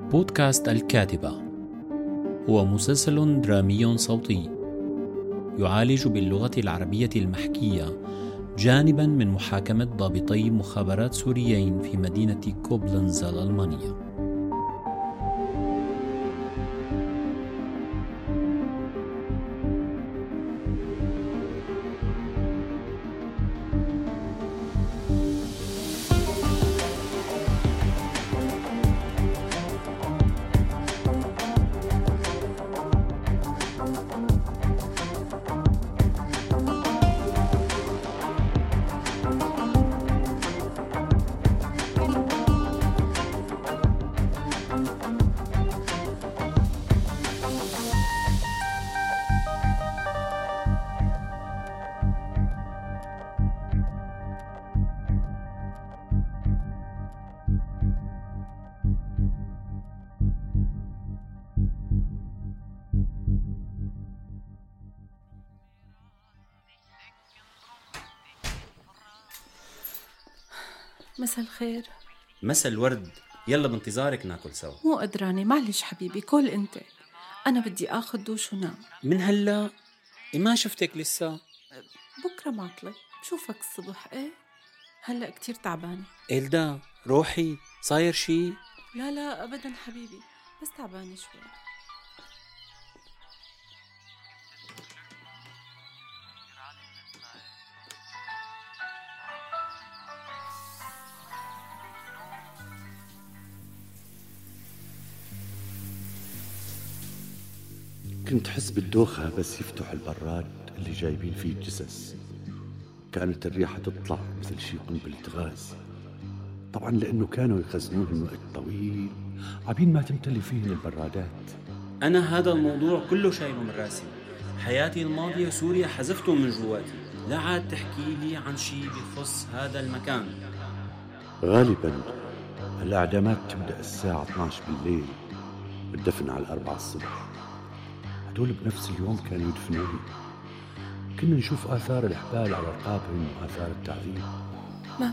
بودكاست الكاتبة هو مسلسل درامي صوتي يعالج باللغة العربية المحكية جانباً من محاكمة ضابطي مخابرات سوريين في مدينة كوبلنز الألمانية. مساء الخير. مساء الورد. يلا بانتظارك ناكل سوا. مو قدرانة، معلش حبيبي، كل انت. أنا بدي آخذ دوش ونام. من هلا؟ ما شفتك لسه. بكرة معطلة، بشوفك الصبح. ايه هلا كتير تعبانة. إلدا روحي، صاير شي؟ لا أبدا حبيبي، بس تعبانة شوي. كنت حس بالدوخة بس يفتح البراد اللي جايبين فيه الجثث. كانت الريحة تطلع مثل شي قنبلة غاز، طبعا لأنه كانوا يخزنوهن وقت طويل عبين ما تمتلي فيهن البرادات. أنا هذا الموضوع كله شايله من راسي. حياتي الماضية سوريا حذفته من جواتي. لا عاد تحكي لي عن شي بخص هذا المكان. غالبا الإعدامات تبدأ الساعة 12 بالليل والدفن على 4 الصبح. هدول بنفس اليوم كانوا يدفنوني. كنا نشوف آثار الإحبال على رقابهم وآثار التعذيب. ما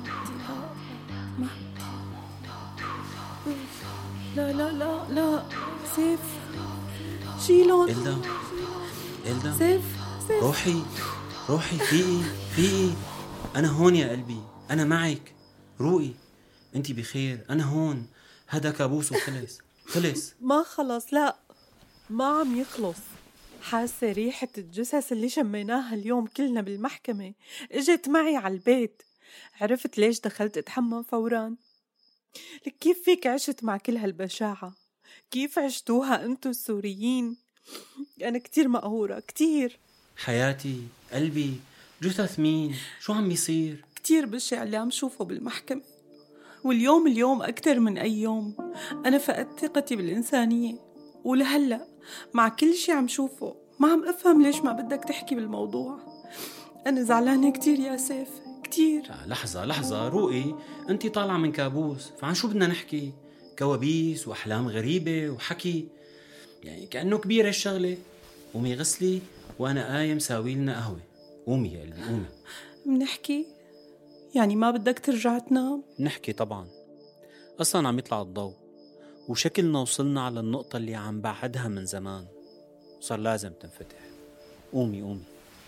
لا سيف شيلون. إلدا سيف روحي في أنا هون يا قلبي، أنا معك. روقي، أنتي بخير، أنا هون. هذا كابوس وخلص. ما خلص، لا ما عم يخلص. حاسة ريحة الجثث اللي شميناها اليوم كلنا بالمحكمة اجت معي على البيت. عرفت ليش دخلت اتحمم فوراً. لك كيف فيك عشت مع كل هالبشاعة؟ كيف عشتوها انتو السوريين؟ أنا كتير مقهورة، كتير. حياتي قلبي، جثث مين؟ شو عم بيصير؟ كتير بشع اللي عم شوفه بالمحكمة، واليوم أكتر من أي يوم. أنا فقدت ثقتي بالإنسانية، ولهلأ مع كل شي عم شوفه ما عم أفهم ليش ما بدك تحكي بالموضوع. أنا زعلانة كتير يا سيف، كتير. لحظة روقي. انتي طالعة من كابوس، فعن شو بدنا نحكي؟ كوابيس وأحلام غريبة وحكي، يعني كأنه كبيرة الشغلة. قومي غسلي وأنا قايم ساوي لنا قهوة. قومي يا قلبي قومي. منحكي؟ يعني ما بدك ترجع تنام؟ نحكي طبعا. أصلا عم يطلع الضوء وشكلنا وصلنا على النقطة اللي عم بعدها من زمان، صار لازم تنفتح. قومي.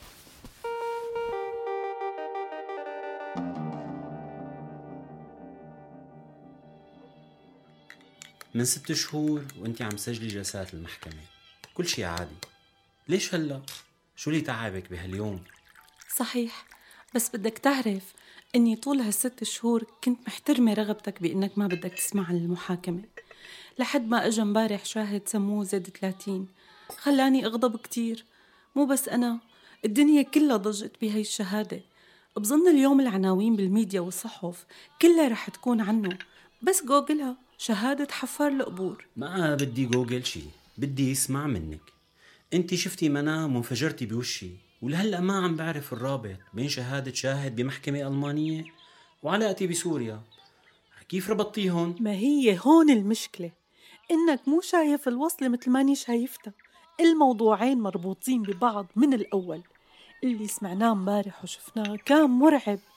من 6 شهور وانتي عم سجلي جلسات المحكمة، كل شي عادي. ليش هلأ؟ شو اللي تعبك بهاليوم؟ صحيح، بس بدك تعرف اني طول هال6 شهور كنت محترمة رغبتك بانك ما بدك تسمع عن المحاكمة، لحد ما اجى امبارح شاهد سموه زد 30 خلاني اغضب كتير. مو بس انا، الدنيا كلها ضجت بهاي الشهادة. بظن اليوم العناوين بالميديا والصحف كلها رح تكون عنه. بس جوجلها شهادة حفار القبور. ما بدي جوجل شي، بدي اسمع منك. انتي شفتي منام وانفجرتي بوشي، ولهلأ ما عم بعرف الرابط بين شهادة شاهد بمحكمة ألمانية وعلاقتي بسوريا. كيف ربطتيهم؟ ما هي هون المشكلة، إنك مو شايف الوصلة مثل ماني شايفتها. الموضوعين مربوطين ببعض من الأول. اللي سمعناه امبارح وشفناه كان مرعب،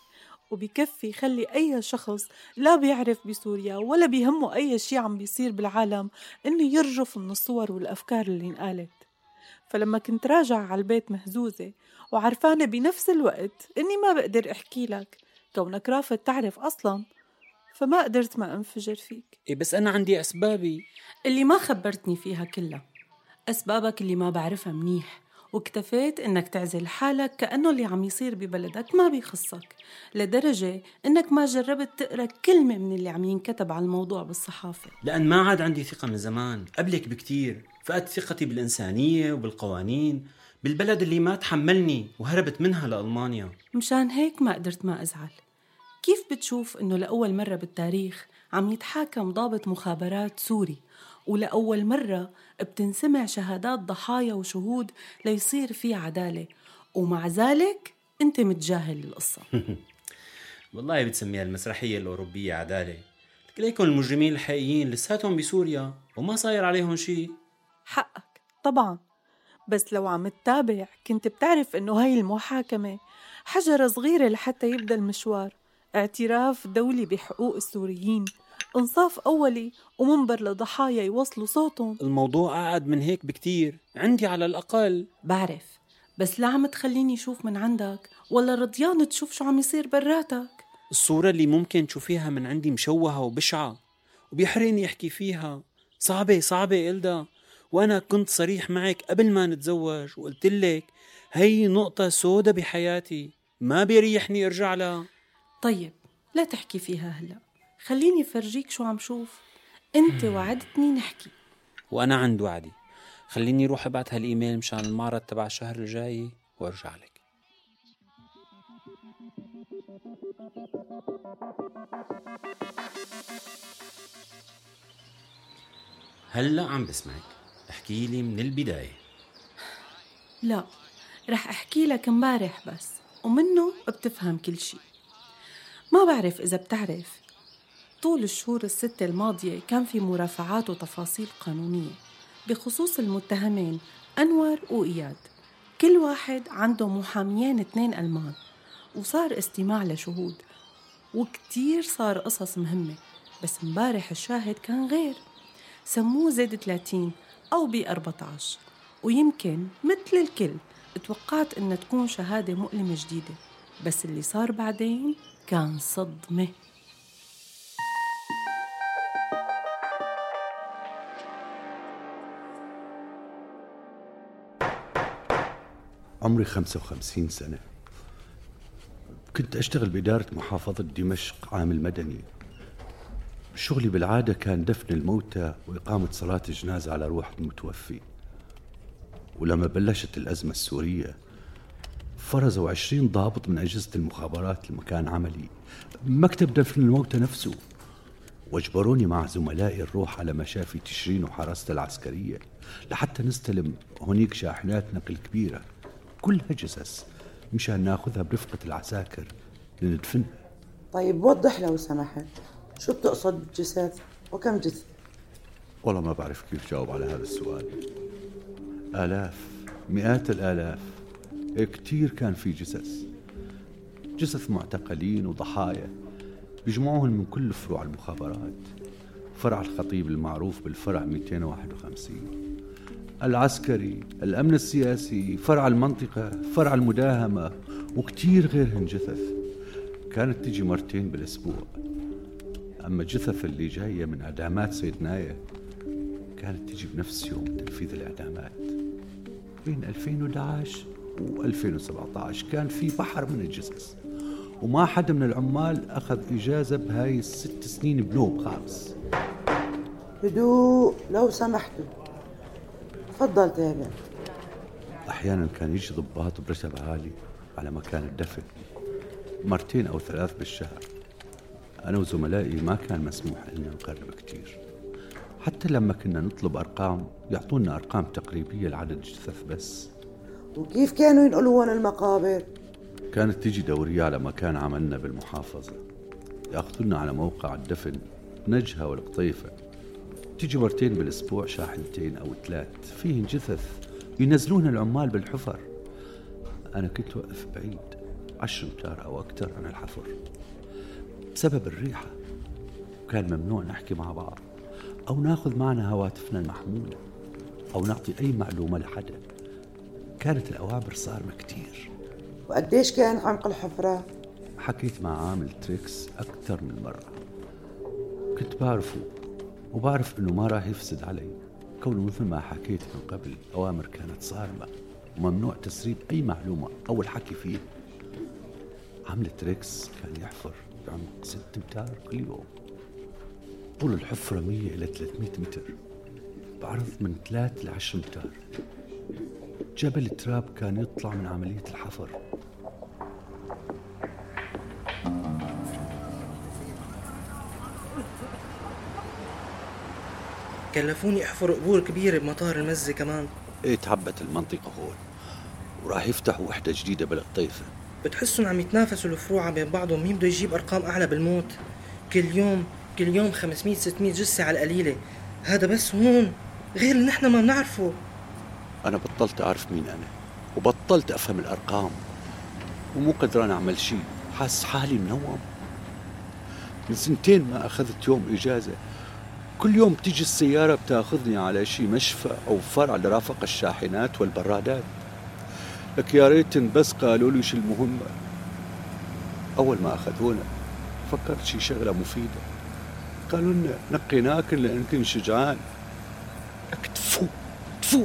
وبيكفي يخلي أي شخص لا بيعرف بسوريا ولا بيهمه أي شي عم بيصير بالعالم إنه يرجف من الصور والأفكار اللي انقالت. فلما كنت راجع على البيت مهزوزة وعرفانة بنفس الوقت إني ما بقدر أحكي لك كونك رافض تعرف أصلاً، فما قدرت ما أنفجر فيك. بس أنا عندي أسبابي اللي ما خبرتني فيها كلها، أسبابك اللي ما بعرفها منيح، واكتفيت إنك تعزل حالك كأنه اللي عم يصير ببلدك ما بيخصك، لدرجة إنك ما جربت تقرأ كلمة من اللي عم ينكتب على الموضوع بالصحافة. لأن ما عاد عندي ثقة من زمان، قبلك بكتير فقدت ثقتي بالإنسانية وبالقوانين بالبلد اللي ما تحملني وهربت منها لألمانيا. مشان هيك ما قدرت ما أزعل. كيف بتشوف إنه لأول مرة بالتاريخ عم يتحاكم ضابط مخابرات سوري، ولأول مرة بتنسمع شهادات ضحايا وشهود ليصير في عدالة، ومع ذلك أنت متجاهل القصة؟ والله بتسميها المسرحية الأوروبية عدالة، ليكن المجرمين الحقيقيين لساتهم بسوريا وما صاير عليهم شيء. حقك طبعا، بس لو عم تتابع كنت بتعرف إنه هاي المحاكمة حجرة صغيرة لحتى يبدأ المشوار. اعتراف دولي بحقوق السوريين، انصاف أولي، ومنبر لضحايا يوصلوا صوتهم. الموضوع أعقد من هيك بكتير عندي على الأقل. بعرف، بس لا عم تخليني شوف من عندك ولا رضيان تشوف شو عم يصير براتك. الصورة اللي ممكن تشوفيها من عندي مشوهة وبشعة وبيحرقني يحكي فيها. صعبة إلدا، وأنا كنت صريح معك قبل ما نتزوج وقلت لك هي نقطة سودة بحياتي ما بيريحني أرجع لها. طيب لا تحكي فيها هلأ، خليني فرجيك شو عم شوف. أنت وعدتني نحكي وأنا عند وعدي. خليني روح أبعت هالإيميل مشان المعرض تبع الشهر الجاي وأرجع لك. هلأ عم بسمعك، احكي لي من البداية. لا، رح أحكي لك مبارح بس، ومنه بتفهم كل شي. ما بعرف إذا بتعرف، طول الشهور الستة الماضية كان في مرافعات وتفاصيل قانونية بخصوص المتهمين أنور وإياد. كل واحد عنده محاميين 2 ألمان، وصار استماع لشهود، وكتير صار قصص مهمة. بس مبارح الشاهد كان غير، سموه زد 30 أو B14، ويمكن مثل الكل اتوقعت إنها تكون شهادة مؤلمة جديدة، بس اللي صار بعدين كان صدمة. عمري 55 سنة. كنت أشتغل بإدارة محافظة دمشق عامل مدني. شغلي بالعادة كان دفن الموتى وإقامة صلاة جنازة على روح المتوفي. ولما بلشت الأزمة السورية فرزوا 20 ضابط من أجهزة المخابرات لمكان عملي، مكتب دفن الموتى نفسه، واجبروني مع زملائي نروح على مشافي تشرين وحراسة العسكرية لحتى نستلم هنيك شاحنات نقل كبيرة كلها جثث مشان ناخذها برفقة العساكر لندفنها. طيب وضح لو سمحت، شو بتقصد بالجثث وكم جثة؟ والله ما بعرف كيف جاوب على هذا السؤال. آلاف، مئات الآلاف، كتير كان في جثث معتقلين وضحايا بيجمعوهم من كل فروع المخابرات. فرع الخطيب المعروف بالفرع 251، العسكري، الأمن السياسي، فرع المنطقة، فرع المداهمة، وكتير غيرهن جثث. كانت تجي مرتين بالأسبوع. أما الجثث اللي جاية من إعدامات سيدناية كانت تجي بنفس يوم تنفيذ الإعدامات. بين 2011 و2017 كان في بحر من الجثث، وما حدا من العمال أخذ إجازة بهاي ال6 سنين بنوب خالص. هدوء لو سمحتوا، تفضل تابع. أحيانا كان يجي ضباط برتب عالي على مكان الدفن 2 أو 3 بالشهر. أنا وزملائي ما كان مسموح لنا نقرب كتير، حتى لما كنا نطلب أرقام يعطونا أرقام تقريبية لعدد الجثث بس. وكيف كانوا ينقلوهم المقابر؟ كانت تيجي دورية على مكان عملنا بالمحافظة، يأخذونا على موقع الدفن نجهة والقطيفة. تيجي 2 مرات بالأسبوع شاحنتين أو 3 فيهن جثث ينزلون العمال بالحفر. أنا كنت وقف بعيد 10 أمتار أو أكثر عن الحفر بسبب الريحة، وكان ممنوع نحكي مع بعض أو ناخذ معنا هواتفنا المحمولة أو نعطي أي معلومة لحدا. كانت الأوامر صارمة كتير. وقديش كان عمق الحفرة؟ حكيت مع عامل تريكس أكثر من مرة، كنت بعرفه وبعرف إنه ما راح يفسد علي، كونه مثل ما حكيت من قبل الأوامر كانت صارمة وممنوع تسريب أي معلومة أو الحكي فيه. عامل تريكس كان يحفر بعمق 6 أمتار كل يوم. طول الحفرة 100 إلى 300 متر، بعرض من 3 ل 10 أمتار. جبل التراب كان يطلع من عملية الحفر. كلفوني احفر قبور كبيرة بمطار المزة كمان. ايه تعبت المنطقة هون، وراح يفتحوا وحدة جديدة بالقطيفة. بتحسن عم يتنافسوا الفروعة بين بعضهم مين بده يجيب أرقام أعلى بالموت. كل يوم 500-600 جثة على القليلة. هذا بس هون، غير اللي نحن ما بنعرفه. أنا بطلت أعرف مين أنا، وبطلت أفهم الأرقام، ومو قدران أعمل شيء. حاس حالي منوم. من 2 ما أخذت يوم إجازة. كل يوم تيجي السيارة بتاخذني على شي مشفى أو فرع لرافق الشاحنات والبرادات. لك يا ريتن بس قالوا لي شو المهمة. أول ما أخذونا فكرت شي شغلة مفيدة. قالوا لنا نقيناكن لأنكن شجعان. لك تفو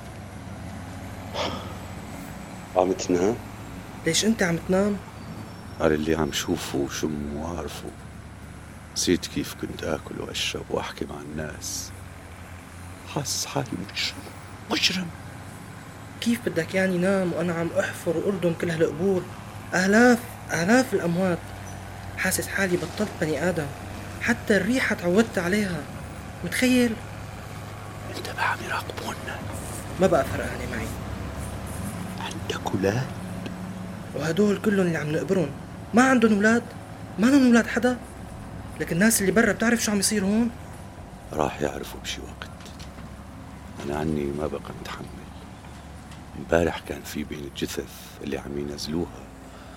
عم تنام؟ ليش أنت عم تنام؟ على اللي عم شوفه وشم وعارفه. نسيت كيف كنت آكل وأشرب وأحكي مع الناس. حاسس حالي مجرم. كيف بدك يعني نام وأنا عم أحفر وأردم كل هالقبور؟ آلاف الأموات. حاسس حالي بطلت بني آدم، حتى الريحة تعودت عليها. متخيل؟ انتبه عم يراقبونا. ما بقى فرقانة معي. عندك أولاد؟ وهدول كلهم اللي عم نقبرهم ما عندهم أولاد؟ ما عندهم أولاد حدا؟ لكن الناس اللي برا بتعرف شو عم يصير هون؟ راح يعرفوا بشي وقت. أنا عني ما بقى متحمل. امبارح كان في بين الجثث اللي عم ينزلوها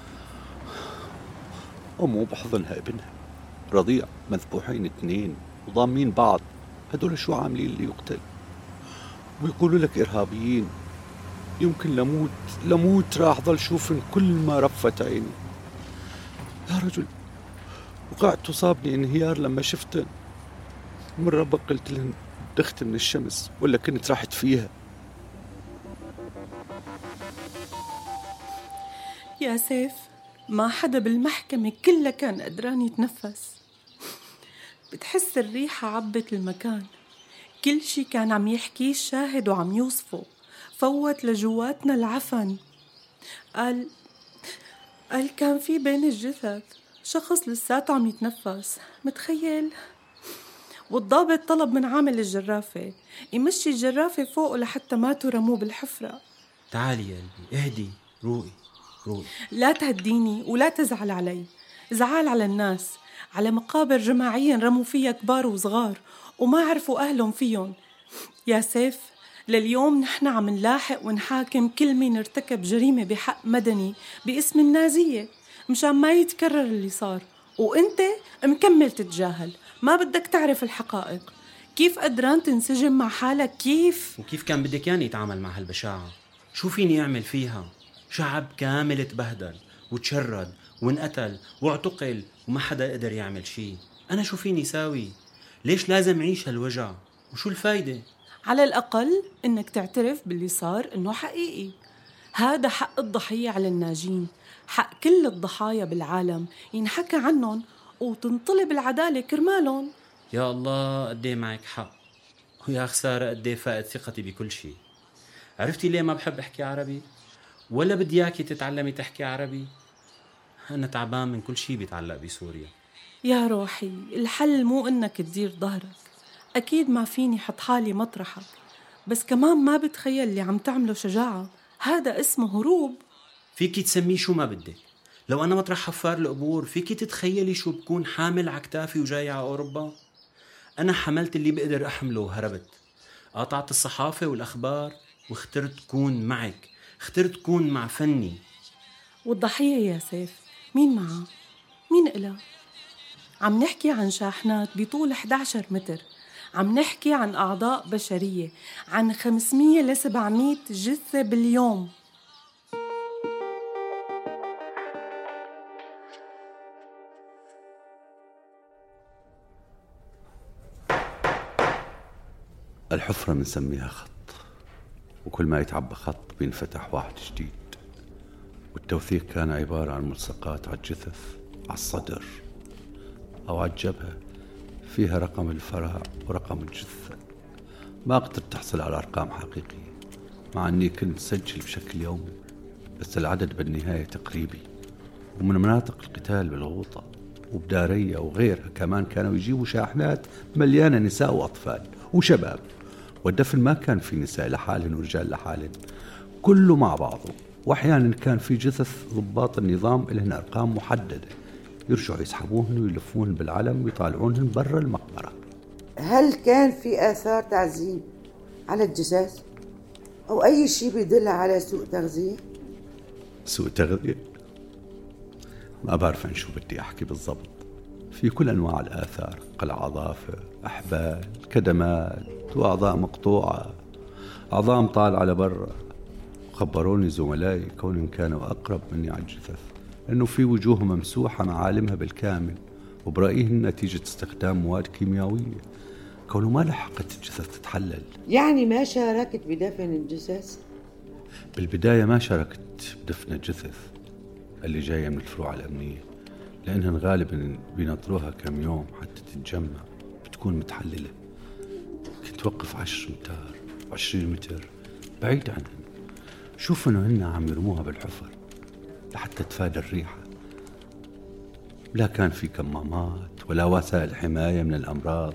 أمه بحضنها ابنها رضيع، مذبوحين 2 وضامين بعض. هدول شو عاملين اللي يقتل؟ ويقولوا لك إرهابيين. يمكن لموت راح ضل شوفن كل ما رفت عيني. يا رجل، وقعت وصابني انهيار لما شفتن. مرة قلت لهن دخت من الشمس ولا كنت راحت فيها. يا سيف، ما حدا بالمحكمة كلها كان قدران يتنفس. بتحس الريحة عبت المكان. كل شي كان عم يحكيه الشاهد وعم يوصفه فوت لجواتنا العفن. قال كان في بين الجثث شخص لساته عم يتنفس. متخيل؟ والضابط طلب من عامل الجرافة يمشي الجرافة فوقه لحتى ماتوا رموه بالحفرة. تعالي يا قلبي، اهدي، روقي. لا تهديني ولا تزعل علي. زعل على الناس، على مقابر جماعيا رموا فيها كبار وصغار وما عرفوا أهلهم فيهم. يا سيف، لليوم نحن عم نلاحق ونحاكم كل مين ارتكب جريمة بحق مدني باسم النازية مشان ما يتكرر اللي صار، وانت مكمل تتجاهل، ما بدك تعرف الحقائق. كيف قدران تنسجم مع حالك؟ وكيف كان بدك يعني يتعامل مع هالبشاعة؟ شو فيني أعمل فيها؟ شعب كامل تبهدل وتشرد وانقتل واعتقل وما حدا قدر يعمل شيء. أنا شو فيني ساوي؟ ليش لازم أعيش هالوجع؟ وشو الفايدة؟ على الأقل إنك تعترف باللي صار إنه حقيقي. هذا حق الضحية على الناجين، حق كل الضحايا بالعالم ينحكى عنهم وتنطلب العدالة كرمالهم. يا الله قديه معك حق، ويا خسارة قديه فائت ثقتي بكل شيء. عرفتي ليه ما بحب أحكي عربي؟ ولا بدي إياكي تتعلمي تحكي عربي؟ أنا تعبان من كل شيء بيتعلق بسوريا. يا روحي، الحل مو إنك تدير ظهرك. أكيد ما فيني حط حالي مطرحك، بس كمان ما بتخيل اللي عم تعمله شجاعة. هذا اسمه هروب. فيكي تسميه شو ما بدك. لو أنا مطرح حفار القبور فيكي تتخيلي شو بكون حامل عكتافي وجاي على أوروبا؟ أنا حملت اللي بقدر أحمله وهربت. قاطعت الصحافة والأخبار واخترت كون معك، اخترت كون مع فني. والضحية يا سيف مين معها؟ مين إلها؟ عم نحكي عن شاحنات بطول 11 متر، عم نحكي عن أعضاء بشرية، عن 500 ل 700 جثة باليوم. الحفرة بنسميها خط، وكل ما يتعبى خط بينفتح واحد جديد. والتوثيق كان عبارة عن ملصقات على الجثث، على الصدر أو على الجبهة، فيها رقم الفرع ورقم الجثة. ما قدرت تحصل على أرقام حقيقية، مع أني كنت سجل بشكل يومي، بس العدد بالنهاية تقريبي. ومن مناطق القتال بالغوطة وبدارية وغيرها كمان كانوا يجيبوا شاحنات مليانة نساء وأطفال وشباب، والدفن ما كان في نساء لحالهن ورجال لحالهن، كله مع بعضه. وأحيانا كان في جثث ضباط النظام لهن أرقام محددة، يرجعوا يسحبوهن ويلفوهن بالعلم ويطالعونهن برا المقبرة. هل كان في آثار تعذيب على الجثث أو أي شيء بيدل على سوء تغذية؟ سوء تغذية؟ ما بعرف عن شو بدي أحكي بالضبط. في كل أنواع الآثار، قلع أظافر، أحبال، كدمات، وأعضاء مقطوعة، أعضاء طالعة لبرا. خبروني زملائي كونهم كانوا أقرب مني على الجثث أنه في وجوه ممسوحة معالمها بالكامل، وبرأيهم نتيجة استخدام مواد كيميائية، كونه ما لحقت الجثث تتحلل. يعني ما شاركت بدفن الجثث؟ بالبداية ما شاركت بدفن الجثث اللي جاية من الفروع الأمنية، لأنهم غالبا بينطروها كم يوم حتى تتجمع، بتكون متحللة. كنت وقف 10 أمتار 20 متر بعيد عنهم، شوف إنه هن عم يرموها بالحفر لحتى تفادى الريحة. لا كان في كمامات ولا وسائل حماية من الأمراض.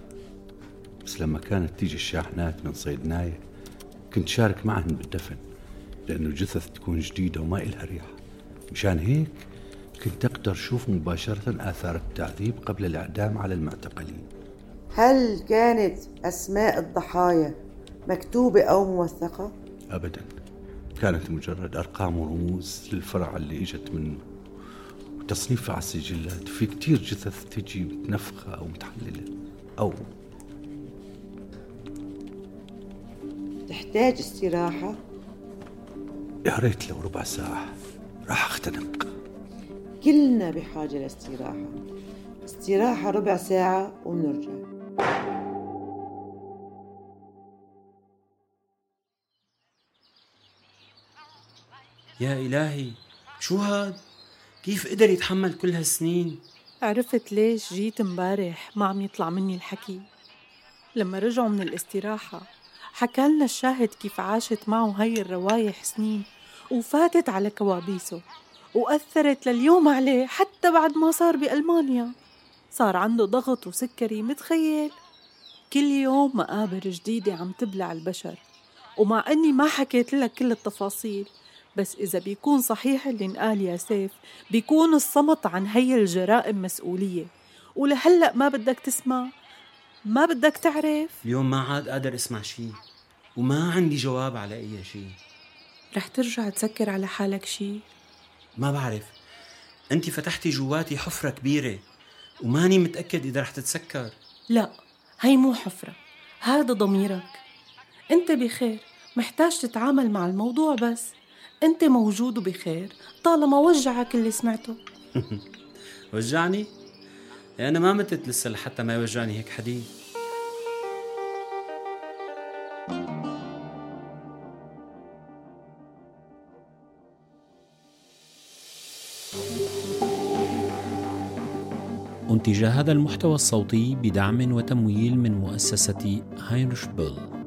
بس لما كانت تيجي الشاحنات من صيدناية كنت شارك معهن بالدفن، لأنه الجثث تكون جديدة وما إلها ريحة. مشان هيك كنت أقدر أشوف مباشرة آثار التعذيب قبل الإعدام على المعتقلين. هل كانت أسماء الضحايا مكتوبة أو موثقة؟ أبدا، كانت مجرد أرقام ورموز للفرع اللي إجت منه، وتصنيفها على السجلات. في كتير جثث تجي متنفخة أو متحللة أو تحتاج استراحة. يا ريت لو ربع ساعة راح أختنق. كلنا بحاجة لاستراحة، استراحة ربع ساعة ونرجع. يا إلهي، شو هاد؟ كيف قدر يتحمل كل هالسنين؟ عرفت ليش جيت مبارح ما عم يطلع مني الحكي؟ لما رجعوا من الاستراحة حكالنا الشاهد كيف عاشت معه هاي الروايح سنين، وفاتت على كوابيسه، وأثرت لليوم عليه حتى بعد ما صار بألمانيا. صار عنده ضغط وسكري، متخيل؟ كل يوم مقابر جديدة عم تبلع البشر. ومع أني ما حكيت لك كل التفاصيل، بس إذا بيكون صحيح اللي انقال يا سيف، بيكون الصمت عن هي الجرائم مسؤولية. ولهلأ ما بدك تسمع، ما بدك تعرف. اليوم ما عاد قادر اسمع شيء، وما عندي جواب على أي شيء. رح ترجع تسكر على حالك شيء؟ ما بعرف، أنت فتحتي جواتي حفرة كبيرة وماني متأكد إذا رح تتسكر. لا، هي مو حفرة، هذا ضميرك. أنت بخير، محتاج تتعامل مع الموضوع، بس أنت موجود وبخير طالما وجعك اللي سمعته. وجعني؟ أنا ما متت لسه لحتى ما يوجعني هيك حديث. أنتج هذا المحتوى الصوتي بدعم وتمويل من مؤسسة هاينريش بول.